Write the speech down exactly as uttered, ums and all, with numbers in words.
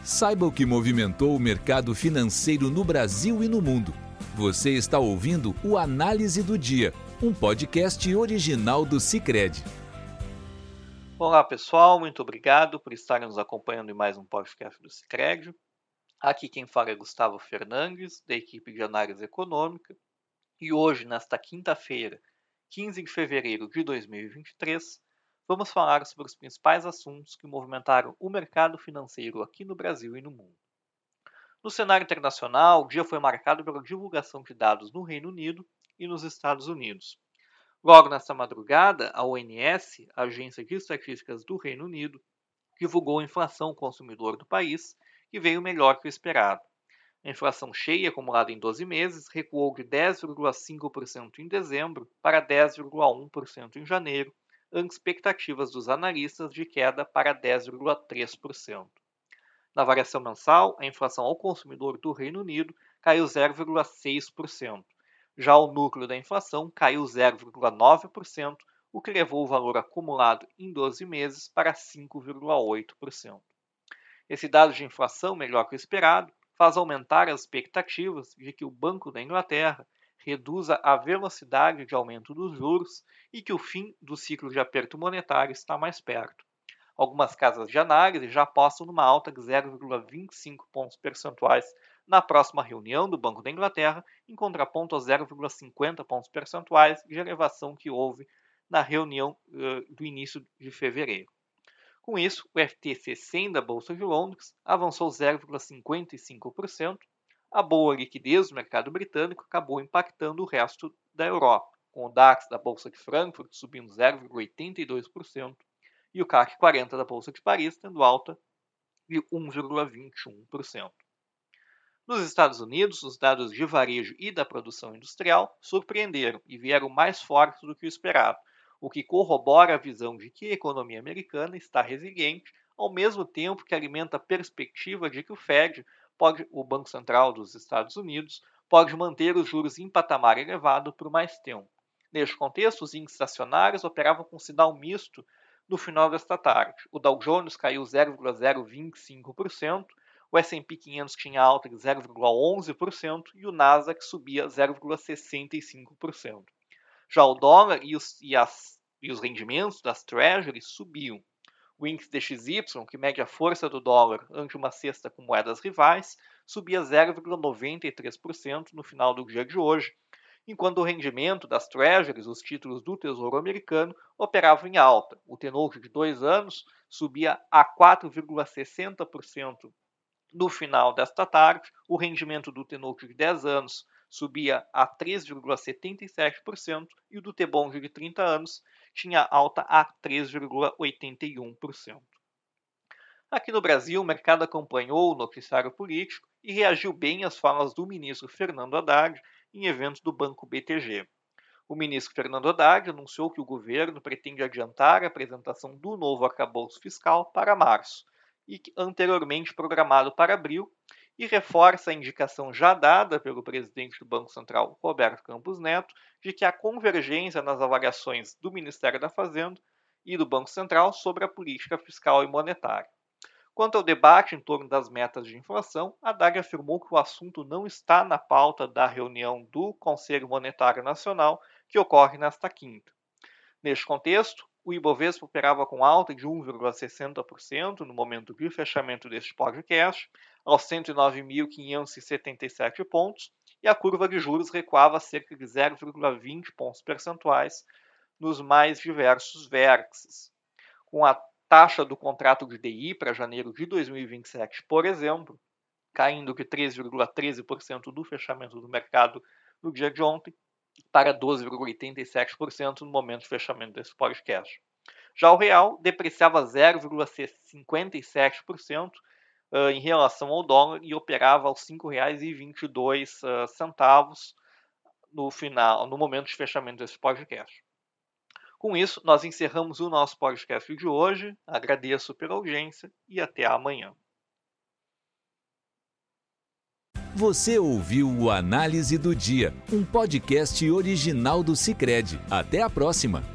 Saiba o que movimentou o mercado financeiro no Brasil e no mundo. Você está ouvindo o Análise do Dia, um podcast original do Sicredi. Olá pessoal, muito obrigado por estarem nos acompanhando em mais um podcast do Sicredi. Aqui quem fala é Gustavo Fernandes, da equipe de análise econômica. E hoje, nesta quinta-feira, quinze de fevereiro de dois mil e vinte e três, vamos falar sobre os principais assuntos que movimentaram o mercado financeiro aqui no Brasil e no mundo. No cenário internacional, o dia foi marcado pela divulgação de dados no Reino Unido e nos Estados Unidos. Logo nesta madrugada, a O N S, a Agência de Estatísticas do Reino Unido, divulgou a inflação consumidor do país, que veio melhor que o esperado. A inflação cheia, acumulada em doze meses, recuou de dez vírgula cinco por cento em dezembro para dez vírgula um por cento em janeiro, ante expectativas dos analistas de queda para dez vírgula três por cento. Na variação mensal, a inflação ao consumidor do Reino Unido caiu zero vírgula seis por cento. Já o núcleo da inflação caiu zero vírgula nove por cento, o que levou o valor acumulado em doze meses para cinco vírgula oito por cento. Esse dado de inflação melhor que o esperado faz aumentar as expectativas de que o Banco da Inglaterra reduza a velocidade de aumento dos juros e que o fim do ciclo de aperto monetário está mais perto. Algumas casas de análise já apostam numa alta de zero vírgula vinte e cinco pontos percentuais na próxima reunião do Banco da Inglaterra, em contraponto aos zero vírgula cinquenta pontos percentuais de elevação que houve na reunião uh, do início de fevereiro. Com isso, o F T S E cem da Bolsa de Londres avançou zero vírgula cinquenta e cinco por cento. A boa liquidez do mercado britânico acabou impactando o resto da Europa, com o DAX da Bolsa de Frankfurt subindo zero vírgula oitenta e dois por cento e o C A C quarenta da Bolsa de Paris tendo alta de um vírgula vinte e um por cento. Nos Estados Unidos, os dados de varejo e da produção industrial surpreenderam e vieram mais fortes do que o esperado, o que corrobora a visão de que a economia americana está resiliente, ao mesmo tempo que alimenta a perspectiva de que o Fed, pode, o Banco Central dos Estados Unidos, pode manter os juros em patamar elevado por mais tempo. Neste contexto, os índices acionários operavam com sinal misto no final desta tarde. O Dow Jones caiu zero vírgula zero vinte e cinco por cento, o S e P quinhentos tinha alta de zero vírgula onze por cento e o Nasdaq subia zero vírgula sessenta e cinco por cento. Já o dólar e os, e, as, e os rendimentos das Treasuries subiam. O índice D X Y, que mede a força do dólar ante uma cesta com moedas rivais, subia zero vírgula noventa e três por cento no final do dia de hoje, enquanto o rendimento das Treasuries, os títulos do Tesouro Americano, operava em alta. O T-Note de dois anos subia a quatro vírgula sessenta por cento no final desta tarde, o rendimento do T-Note de dez anos subia a três vírgula setenta e sete por cento e o do T-Bond de trinta anos tinha alta a três vírgula oitenta e um por cento. Aqui no Brasil, o mercado acompanhou o noticiário político e reagiu bem às falas do ministro Fernando Haddad em eventos do Banco B T G. O ministro Fernando Haddad anunciou que o governo pretende adiantar a apresentação do novo arcabouço fiscal para março, e anteriormente programado para abril, e reforça a indicação já dada pelo presidente do Banco Central, Roberto Campos Neto, de que há convergência nas avaliações do Ministério da Fazenda e do Banco Central sobre a política fiscal e monetária. Quanto ao debate em torno das metas de inflação, Haddad afirmou que o assunto não está na pauta da reunião do Conselho Monetário Nacional, que ocorre nesta quinta. Neste contexto, o Ibovespa operava com alta de um vírgula sessenta por cento no momento de fechamento deste podcast, aos cento e nove mil quinhentos e setenta e sete pontos, e a curva de juros recuava cerca de zero vírgula vinte pontos percentuais nos mais diversos vértices. Com a taxa do contrato de D I para janeiro de dois mil e vinte e sete, por exemplo, caindo de três vírgula treze por cento do fechamento do mercado no dia de ontem, para doze vírgula oitenta e sete por cento no momento de fechamento desse podcast. Já o real depreciava zero vírgula cinquenta e sete por cento uh, em relação ao dólar e operava aos cinco reais e vinte e dois centavos no final, no momento de fechamento desse podcast. Com isso, nós encerramos o nosso podcast de hoje. Agradeço pela audiência e até amanhã. Você ouviu o Análise do Dia, um podcast original do Sicredi. Até a próxima!